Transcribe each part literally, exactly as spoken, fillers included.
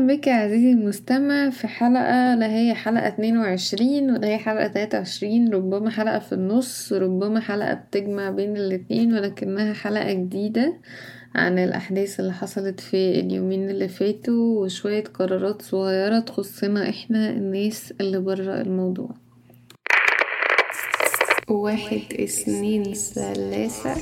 بك يا عزيزي المستمع في حلقة، لا هي حلقة اتنين وعشرين ولا هي حلقة تلاتة وعشرين، ربما حلقة في النص، ربما حلقة بتجمع بين الاتنين، ولكنها حلقة جديدة عن الأحداث اللي حصلت في اليومين اللي فاتوا وشوية قرارات صغيرة تخصنا احنا الناس اللي برا الموضوع. واحد اثنين ثلاثة.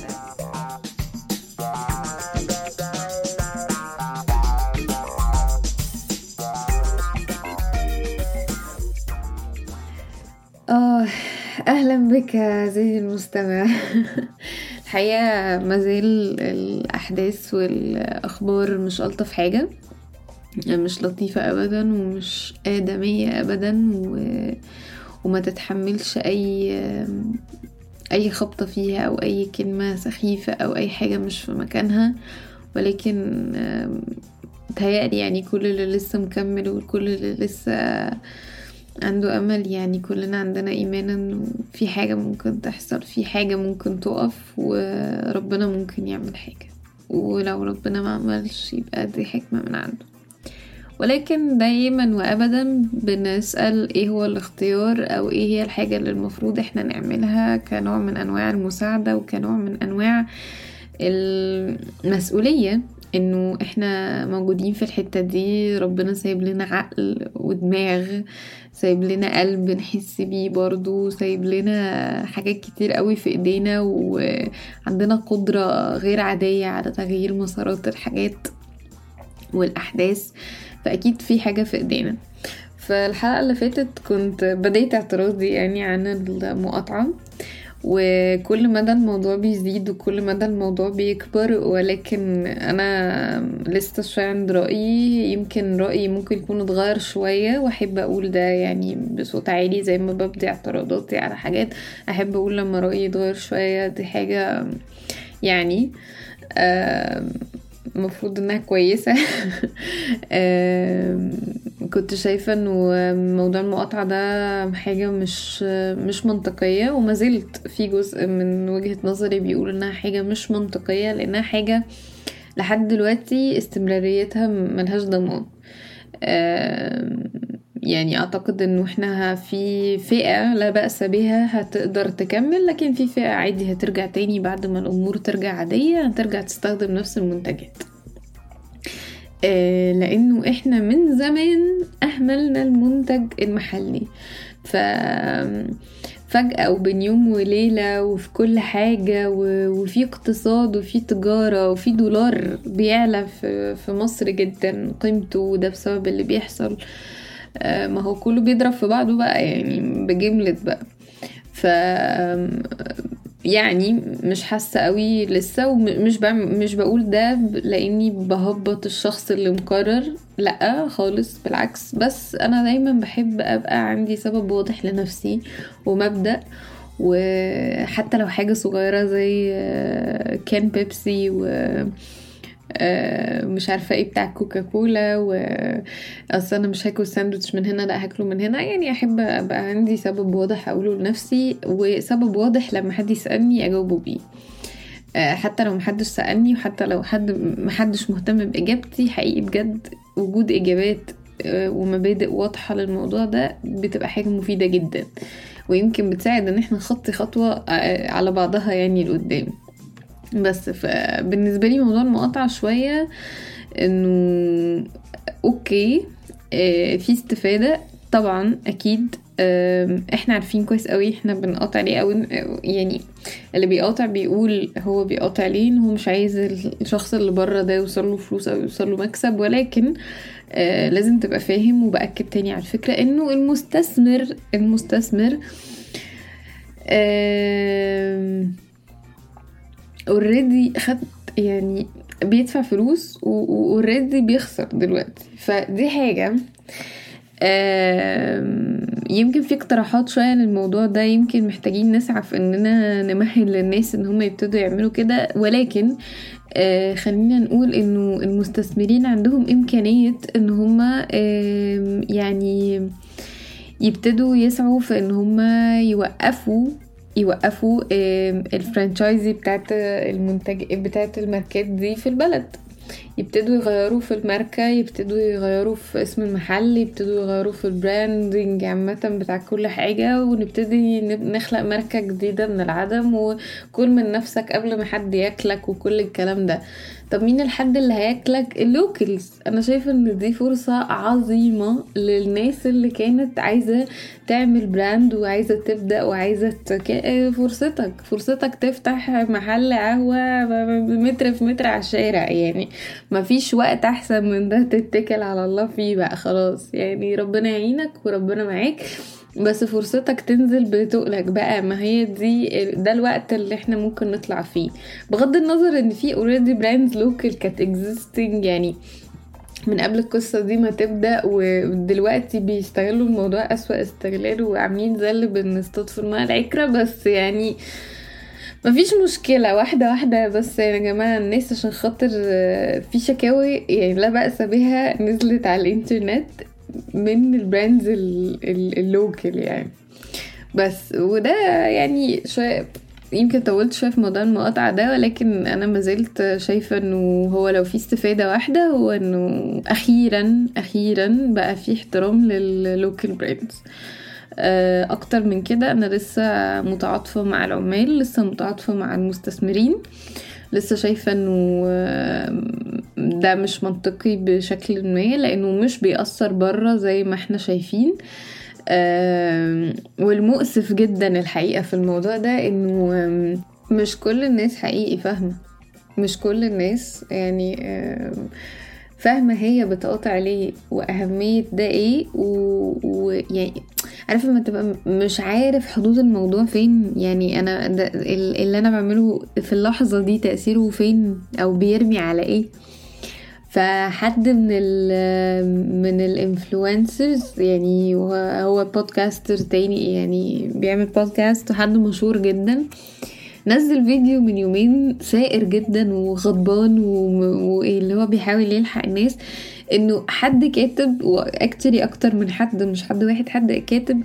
اه اهلا بك يا عزيزي المستمع. الحقيقة مازال الاحداث والاخبار مش الطف حاجة، مش لطيفة ابدا ومش ادمية ابدا و... وما تتحملش اي اي خبطة فيها او اي كلمة سخيفة او اي حاجة مش في مكانها. ولكن تهيألي يعني كل اللي لسه مكمل وكل اللي لسه عنده امل، يعني كلنا عندنا ايمان انه في حاجة ممكن تحصل، في حاجة ممكن تقف، وربنا ممكن يعمل حاجة، ولو ربنا ما عملش يبقى دي حكمة من عنده. ولكن دايما وابدا بنسأل ايه هو الاختيار او ايه هي الحاجة اللي المفروض احنا نعملها كنوع من انواع المساعدة وكنوع من انواع المسؤولية، انه احنا موجودين في الحتة دي. ربنا سايب لنا عقل ودماغ، سايب لنا قلب نحس بيه برضو، سايب لنا حاجات كتير قوي في ايدينا، وعندنا قدرة غير عادية على تغيير مسارات الحاجات والاحداث، فاكيد في حاجة في ايدينا. فالحلقة اللي فاتت كنت بديت اعتراضي يعني عن المقاطعة، وكل مدى الموضوع بيزيد وكل مدى الموضوع بيكبر، ولكن انا لسه شوية عند رأيي. يمكن رأيي ممكن يكون اتغير شوية، واحب اقول ده يعني بصوت عالي زي ما ببدي اعتراضاتي على حاجات. احب اقول لما رأيي اتغير شوية دي حاجة يعني المفروض انها كويسة. كنت شايفة انه موضوع المقاطعة ده حاجة مش مش منطقية، وما زلت في جزء من وجهة نظري بيقول انها حاجة مش منطقية، لانها حاجة لحد دلوقتي استمراريتها ملهاش ضمان. يعني اعتقد انه احنا في فئة لا بأس بها هتقدر تكمل، لكن في فئة عادي هترجع تاني بعد ما الامور ترجع عادية، هترجع تستخدم نفس المنتجات. لانه احنا من زمان اهملنا المنتج المحلي، ف فجأة وبين يوم وليلة وفي كل حاجة، وفي اقتصاد وفي تجارة وفي دولار بيعلى في مصر جدا قيمته، وده بسبب اللي بيحصل. ما هو كله بيضرب في بعضه بقى يعني بجملة بقى. ف يعني مش حاسه قوي لسه، ومش مش بقول ده لاني بهبط الشخص اللي مقرر، لا خالص بالعكس. بس انا دايما بحب ابقى عندي سبب واضح لنفسي ومبدأ، وحتى لو حاجه صغيره زي كان بيبسي و مش عارفه ايه بتاع كوكاكولا، واصلا انا مش هاكل ساندوتش من هنا، لا هاكله من هنا. يعني احب ابقى عندي سبب واضح اقوله لنفسي، وسبب واضح لما حد يسالني اجاوبه بيه، حتى لو محدش سالني، وحتى لو حد محدش مهتم باجابتي. حقيقي بجد وجود اجابات ومبادئ واضحه للموضوع ده بتبقى حاجه مفيده جدا، ويمكن بتساعد ان احنا نخطي خطوه على بعضها يعني لقدام. بس فبالنسبة لي موضوع المقاطعة شوية انه اوكي، اه في استفادة طبعا اكيد. اه احنا عارفين كويس قوي احنا بنقاطع ليه، او يعني اللي بيقاطع بيقول هو بيقاطع ليه انه مش عايز الشخص اللي بره ده يوصل له فلوس او يوصل له مكسب. ولكن اه لازم تبقى فاهم، وبأكد تاني على الفكرة انه المستثمر المستثمر اه اوريدي خد يعني بيدفع فلوس واوريدي بيخسر دلوقتي. فدي حاجة يمكن في اقتراحات شوية للموضوع ده، يمكن محتاجين نسعى في اننا نمهل للناس ان هم يبتدوا يعملوا كده. ولكن خلينا نقول انه المستثمرين عندهم امكانية ان هم يعني يبتدوا يسعوا في ان هم يوقفوا يوقفوا الفرانشايزي بتاعت المنتج بتاعت الماركات دي في البلد. يبتدوا يغيروا في الماركة، يبتدوا يغيروا في اسم المحل، يبتدوا يغيروا في البراندنج عامة بتاع كل حاجة، ونبتدي نخلق ماركة جديدة من العدم، وكل من نفسك قبل ما حد ياكلك وكل الكلام ده. طب مين الحد اللي هياكلك؟ اللوكلز. انا شايفة ان دي فرصة عظيمة للناس اللي كانت عايزة تعمل براند وعايزة تبدأ وعايزة تك... فرصتك فرصتك تفتح محل قهوة متر في متر على الشارع. يعني مفيش وقت احسن من ده، تتكل على الله فيه بقى خلاص. يعني ربنا يعينك وربنا معاك، بس فرصتك تنزل بتقلك بقى. ما هي دي ده الوقت اللي احنا ممكن نطلع فيه، بغض النظر ان في already brands local كانت existing يعني من قبل القصة دي ما تبدأ، ودلوقتي بيستغلوا الموضوع أسوأ استغلال وعاملين زي اللي بنصطاد في الماء العكرة. بس يعني مفيش مشكلة، واحدة واحدة بس يا جماعة. الناس عشان خاطر في شكاوي يعني لا بأس بها نزلت على الانترنت من البراندز اللوكل يعني. بس وده يعني شوية يمكن طولت شوية في موضوع المقاطعة ده، ولكن انا ما زلت شايفة انه هو لو في استفادة واحدة هو انه اخيرا اخيرا بقى في احترام لللوكل براندز. اكتر من كده انا لسه متعاطفة مع العمال، لسه متعاطفة مع المستثمرين، لسه شايفة انه ده مش منطقي بشكل ما، لانه مش بيأثر بره زي ما احنا شايفين. والمؤسف جدا الحقيقة في الموضوع ده انه مش كل الناس حقيقي فاهمة، مش كل الناس يعني فاهمة هي بتقاطع ليه واهمية ده ايه، ويعني عارفة ما تبقى مش عارف حدود الموضوع فين. يعني انا ده اللي انا بعمله في اللحظة دي تأثيره فين او بيرمي على ايه. فحد من ال من الانفلونسرز يعني هو بودكاستر تاني يعني بيعمل بودكاست، وحد مشهور جدا نزل فيديو من يومين سائر جدا وغضبان واللي هو بيحاول يلحق الناس انه حد كاتب، واكتري اكتر من حد مش حد واحد، حد كاتب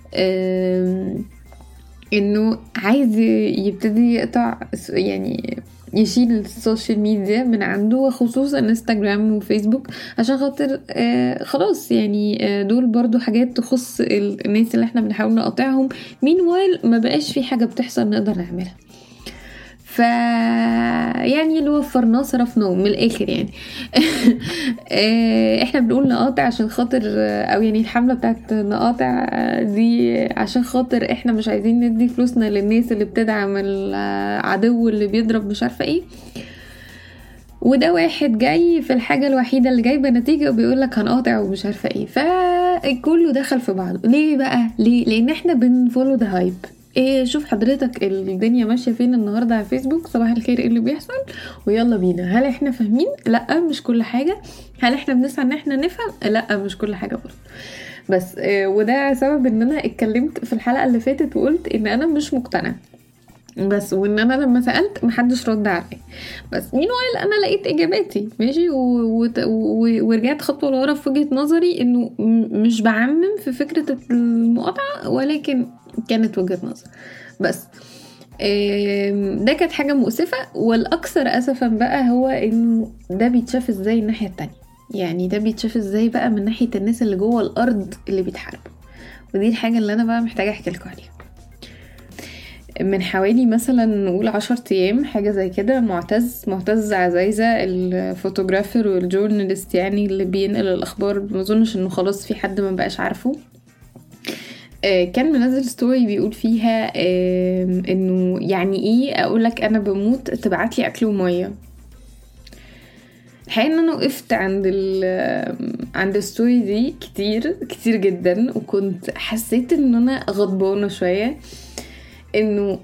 انه عايز يبتدي يقطع يعني يشيل السوشيال ميديا من عنده، وخصوصا انستغرام وفيسبوك، عشان خاطر آه خلاص يعني آه دول برضو حاجات تخص الناس اللي احنا بنحاول نقاطعهم. مين وايل ما بقاش في حاجة بتحصل نقدر نعملها. ف يعني اللي وفرناه صرفناه من الاخر يعني. احنا بنقول نقاطع عشان خاطر، او يعني الحملة بتاعت نقاطع دي عشان خاطر احنا مش عايزين ندي فلوسنا للناس اللي بتدعم العدو اللي بيضرب مش عارفة ايه. وده واحد جاي في الحاجة الوحيدة اللي جايبة نتيجة وبيقولك هنقاطع ومش عارفة ايه. فكله دخل في بعضه. ليه بقى؟ ليه؟ لان احنا بنفولو ده هايب. ايه شوف حضرتك الدنيا ماشية فين النهاردة على فيسبوك، صباح الخير ايه اللي بيحصل ويلا بينا. هل احنا فاهمين؟ لا مش كل حاجة. هل احنا بنسعى ان احنا نفهم؟ لا مش كل حاجة برضه. بس اه وده سبب ان انا اتكلمت في الحلقة اللي فاتت وقلت ان انا مش مقتنعة، بس وان انا لما سألت محدش رد علي. بس مين وقال انا لقيت اجاباتي ماشي و... و... و... ورجعت خطوة لورا في وجهة نظري انه مش بعمم في فكرة المقاطعة، ولكن كانت وجهة نظر بس. ده كانت حاجة مؤسفة، والاكثر اسفا بقى هو انه ده بيتشاف ازاي الناحية التانية. يعني ده بيتشاف ازاي بقى من ناحية الناس اللي جوه الارض اللي بيتحاربوا. ودي الحاجة اللي انا بقى محتاجة احكي لكم عليها. من حوالي مثلا نقول عشر ايام حاجة زي كده، معتز معتز عزايزة الفوتوغرافر والجورناليست يعني اللي بينقل الاخبار، ما اظنش انه خلاص في حد ما بقاش عارفه، كان منزل ستوري بيقول فيها انه يعني ايه اقولك انا بموت تبعتلي اكل ومية. الحقيقة ان انا وقفت عند عند الستوري دي كتير كتير جدا، وكنت حسيت ان انا غضبانة شوية انه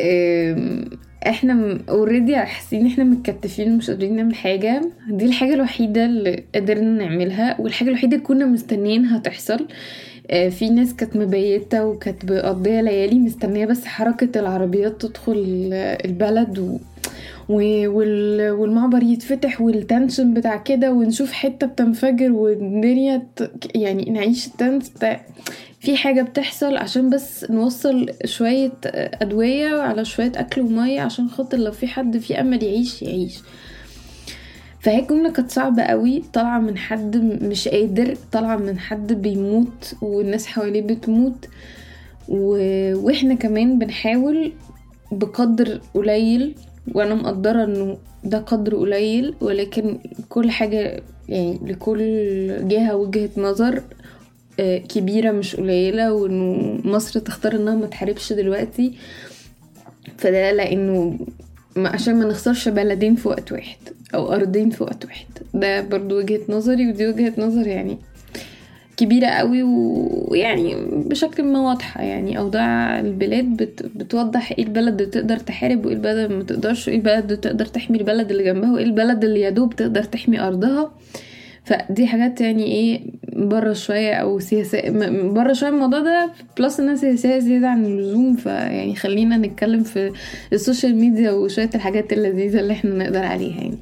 احنا اوريدي حاسين احنا متكتفين مش قادرين نعمل حاجة. دي الحاجة الوحيدة اللي قدرنا نعملها، والحاجة الوحيدة كنا مستنيينها تحصل. في ناس كانت مبيتة وكانت بقضية ليالي مستنية بس حركة العربيات تدخل البلد و... وال... والمعبر يتفتح والتنشن بتاع كده، ونشوف حتة بتنفجر والدنيا ت... يعني نعيش التنس بتاع في حاجة بتحصل عشان بس نوصل شوية أدوية على شوية أكل ومية عشان خاطر لو في حد في أمل يعيش يعيش. فهي الجملة كانت صعبة قوي، طالعة من حد مش قادر، طالعة من حد بيموت والناس حواليه بتموت، و... واحنا كمان بنحاول بقدر قليل، وانا مقدرة انه ده قدر قليل، ولكن كل حاجة يعني لكل جهة وجهة نظر كبيرة مش قليلة، وانه مصر تختار انها ما تحاربش دلوقتي، فده لانه عشان ما نخسرش بلدين في وقت واحد او ارضين في وقت واحد. ده برضو وجهة نظري، ودي وجهة نظر يعني كبيرة قوي، ويعني بشكل ما واضحة، يعني اوضاع البلاد بت... بتوضح ايه البلد اللي تقدر تحارب، وايه البلد اللي ما تقدرش، وايه البلد اللي تقدر تحمي البلد اللي جنبها، وايه البلد اللي يدوب تقدر تحمي ارضها. فدي حاجات يعني ايه بره شوية او سياسة، بره شوية الموضوع ده، بلس انها سياسية زيادة عن اللزوم. فيعني خلينا نتكلم في السوشيال ميديا وشوية الحاجات اللذيذة اللي احنا نقدر عليها يعني.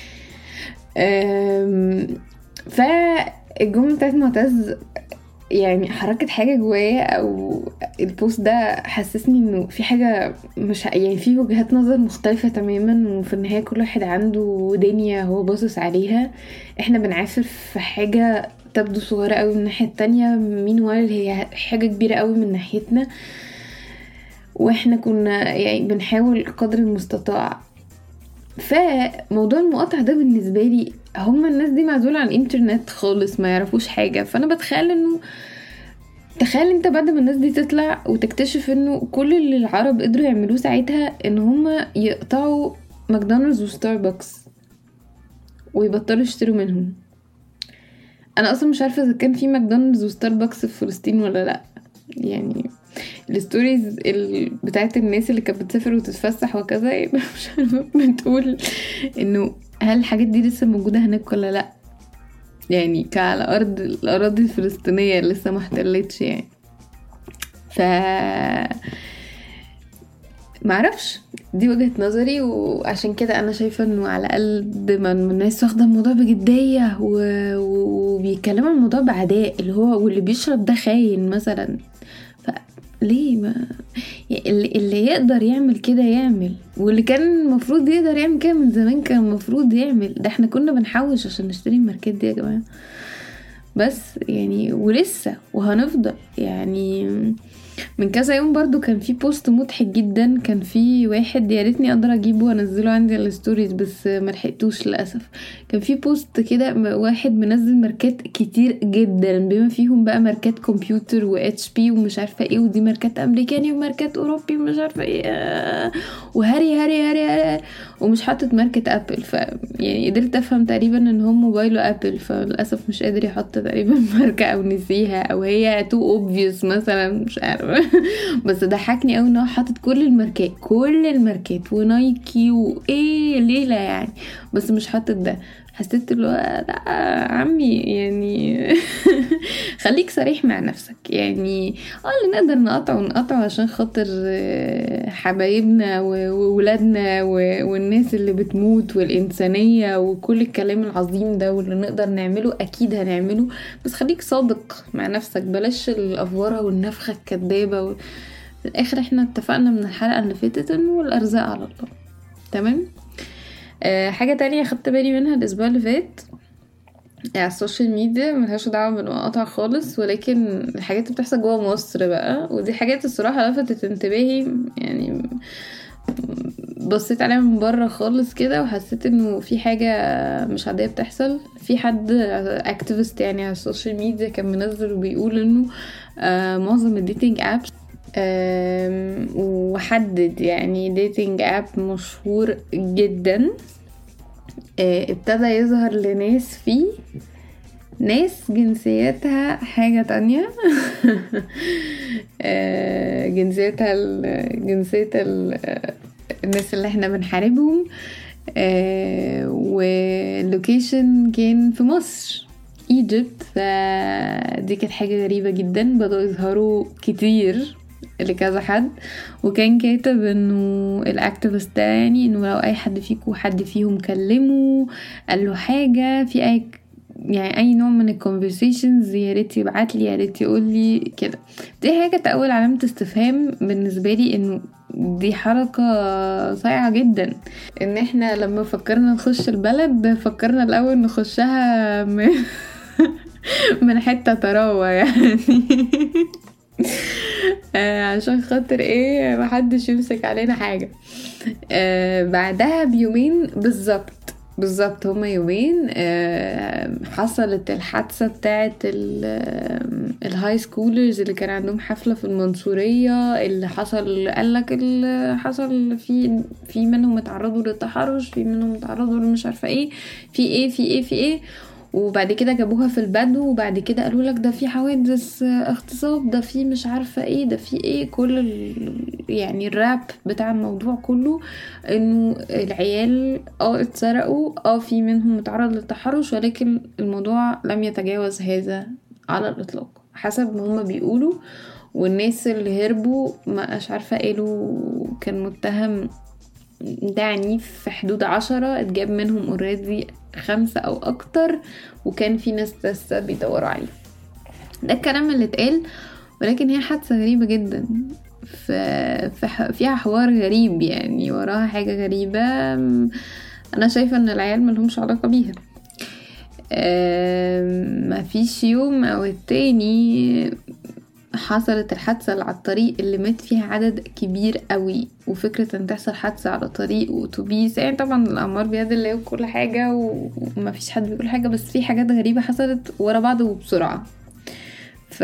فالجملة بتاعت معتز يعني حركت حاجة جوايا، او البوست ده حسسني انه في حاجة مش يعني في وجهات نظر مختلفة تماما، وفي النهاية كل واحد عنده دنيا هو باصص عليها. احنا بنعافر في حاجة تبدو صغيرة قوي من الناحية التانية، مين وايل هي حاجة كبيرة قوي من ناحيتنا، واحنا كنا يعني بنحاول قدر المستطاع. فموضوع المقاطعة ده بالنسبة لي، هما الناس دي معزولة عن الانترنت خالص، ما يعرفوش حاجة. فانا بتخيل انه تخيل انت بعد ما الناس دي تطلع وتكتشف انه كل اللي العرب قدروا يعملوه ساعتها ان هما يقطعوا ماكدونالدز وستاربكس ويبطلوا يشتروا منهم. انا اصلا مش عارفة اذا كان في ماكدونالدز وستاربكس في فلسطين ولا لا. يعني الستوريز بتاعت الناس اللي كانت بتسافر وتتفسح وكذا يبقى مش عارفة بتقول انه هل الحاجات دي لسه موجودة هناك ولا لا، يعني كعلى ارض الاراضي الفلسطينية لسه ما احتلتش يعني. ف معرفش، دي وجهة نظري، وعشان كده انا شايفة انه على الاقل ما الناس واخده الموضوع بجدية وبيتكلموا عن الموضوع بعداء، اللي هو واللي بيشرب ده خاين مثلا. ليه ما اللي, اللي يقدر يعمل كده يعمل، واللي كان المفروض يقدر يعمل كده من زمان كان المفروض يعمل ده. احنا كنا بنحوش عشان نشتري الماركات دي يا جماعة، بس يعني ولسه وهنفضل يعني. من كذا يوم برضو كان في بوست مضحك جدا، كان في واحد يا ريتني اقدر اجيبه وانزله عندي على الستوريز بس ما لحقتوش للاسف. كان في بوست كده واحد منزل ماركات كتير جدا بما فيهم بقى ماركات كمبيوتر و اتش بي ومش عارفه ايه، ودي ماركات امريكاني وماركات اوروبي ومش عارفه ايه، وهري هري هري, هري ومش حاطط ماركه ابل. ف يعني قدرت افهم تقريبا ان هم موبايله ابل، فللاسف مش قادر يحط تقريبا ماركه او نسيها او هي تو اوبفيوس مثلا مش عارفه. بس ضحكني قوي ان هو حاطط كل الماركات كل الماركات ونايكي وايه ليله يعني، بس مش حاطط ده. حسيت اللي هو لا عمي يعني خليك صريح مع نفسك يعني. اه اللي نقدر نقطعه نقطعه عشان خاطر حبايبنا وولادنا والناس اللي بتموت والإنسانية وكل الكلام العظيم ده، واللي نقدر نعمله أكيد هنعمله، بس خليك صادق مع نفسك، بلاش الأفوارة والنفخة الكدابة و... في الآخر احنا اتفقنا من الحلقة اللي فاتت انه الأرزاق على الله. تمام. أه حاجة تانية خدت بالي منها الأسبوع اللي فات على السوشيال ميديا، ملهاش دعوة بالمقاطعة خالص، ولكن الحاجات اللي بتحصل جوه مصر بقى، ودي حاجات الصراحة لفتت انتباهي يعني. بصيت عليها من بره خالص كده وحسيت انه في حاجة مش عادية بتحصل. في حد اكتيفست يعني على السوشيال ميديا كان منزل وبيقول انه آه معظم الديتنج ابس آه وحدد يعني ديتنج اب مشهور جدا آه ابتدى يظهر لناس فيه ناس جنسيتها حاجة تانية آه جنسيتها جنسية الناس اللي احنا بنحاربهم آه واللوكيشن كان في مصر ايجيبت. فدي كانت حاجة غريبة جدا، بدأوا يظهروا كتير لكذا حد، وكان كاتب انه الاكتيفست ده يعني انه لو اي حد فيكم حد فيهم كلمه قال له حاجة في اي يعني اي نوع من الكونفرسيشنز يا ريت يبعت لي يا ريت يقول لي كده. دي حاجه اول علامه استفهام بالنسبه لي، انه دي حركة صايعة جدا، ان احنا لما فكرنا نخش البلد فكرنا الاول نخشها من, من حتة طراوة يعني عشان خاطر ايه محدش يمسك علينا حاجة. آه بعدها بيومين بالظبط بالظبط هما يومين آه حصلت الحادثة بتاعت الهاي سكولرز اللي كان عندهم حفلة في المنصورية، اللي حصل قالك اللي حصل في في منهم اتعرضوا للتحرش، في منهم اتعرضوا لمش عارفة ايه في ايه في ايه في ايه وبعد كده جابوها في البدو، وبعد كده قالوا لك ده في حوادث اغتصاب، ده في مش عارفه ايه، ده في ايه، كل ال... يعني الراب بتاع الموضوع كله انه العيال اه اتسرقوا، اه في منهم متعرض للتحرش، ولكن الموضوع لم يتجاوز هذا على الاطلاق حسب ما هما بيقولوا. والناس اللي هربوا ما مش عارفه قالوا كان متهم ده عنيف في حدود عشرة، اتجاب منهم اوريدي خمسة او اكتر، وكان في ناس لسه بيدوروا عليه. ده الكلام اللي اتقال، ولكن هي حادثة غريبة جدا، فيها حوار غريب يعني وراها حاجة غريبة. انا شايفة ان العيال ملهمش علاقة بيها. ما فيش يوم او التاني حصلت الحادثة اللي على الطريق اللي مات فيها عدد كبير قوي، وفكرة ان تحصل حادثة على طريق واتوبيس، يعني طبعا الامر بيد الله وكل حاجة وما فيش حد بيقول حاجة، بس في حاجات غريبة حصلت ورا بعض وبسرعة. ف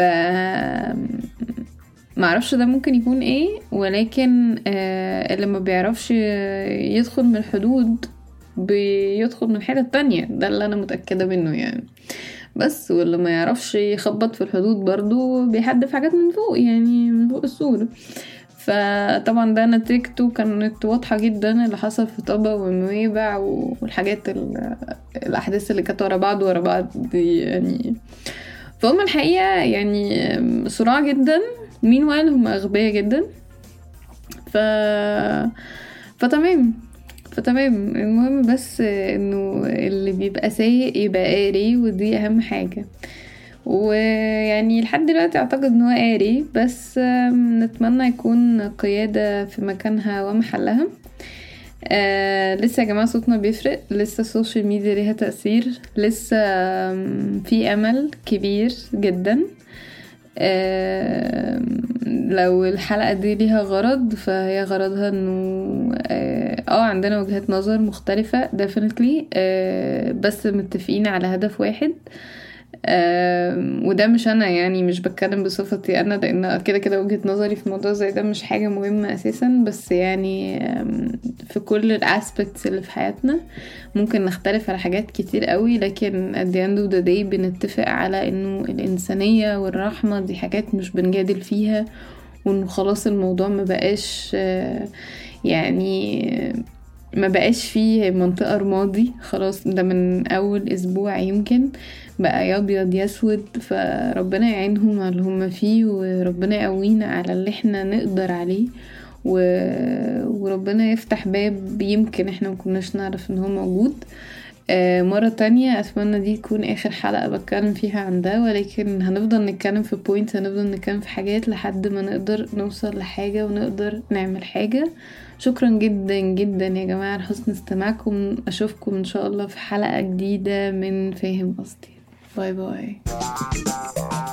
معرفش ده ممكن يكون ايه، ولكن آه اللي ما بيعرفش يدخل من الحدود بيدخل من حاجة تانية، ده اللي انا متأكدة منه يعني. بس واللي ما يعرفش يخبط في الحدود برضو بيحدف حاجات من فوق، يعني من فوق السور. فطبعا ده نتيجته كانت واضحة جدا، اللي حصل في طابة ونويبع والحاجات الأحداث اللي كانت ورا بعض ورا بعض دي يعني. فهم الحقيقة يعني صراع جدا، مين وقال هم أغبياء جدا. ف... فتمام فتمام المهم بس انه اللي بيبقى سايق يبقى قاري، ودي اهم حاجة. ويعني لحد دلوقتي اعتقد ان هو قاري، بس نتمنى يكون قيادة في مكانها ومحلها. آه لسه يا جماعة صوتنا بيفرق، لسه السوشيال ميديا ليها تأثير، لسه في امل كبير جدا. آه لو الحلقة دي ليها غرض فهي غرضها انه اه عندنا وجهات نظر مختلفة definitely، آه بس متفقين على هدف واحد. آه وده مش انا يعني مش بتكلم بصفتي انا، لان كده كده وجهة نظري في موضوع زي ده مش حاجة مهمة اساسا، بس يعني في كل الاسبكتس اللي في حياتنا ممكن نختلف على حاجات كتير قوي، لكن at the end of the day بنتفق على انه الانسانية والرحمة دي حاجات مش بنجادل فيها، وانه خلاص الموضوع ما بقاش يعني ما بقاش فيه منطقة رمادي، خلاص ده من اول اسبوع يمكن بقى يابيض يسود. فربنا يعينهم على اللي هم فيه، وربنا يقوينا على اللي احنا نقدر عليه، و... وربنا يفتح باب يمكن احنا مكناش نعرف ان هو موجود. آه مرة تانية اتمنى دي تكون اخر حلقة بتكلم فيها عن ده، ولكن هنفضل نتكلم في بوينت، هنفضل نتكلم في حاجات لحد ما نقدر نوصل لحاجة ونقدر نعمل حاجة. شكرا جدا جدا يا جماعة على حسن استماعكم، اشوفكم ان شاء الله في حلقة جديدة من فاهم قصدي. باي باي.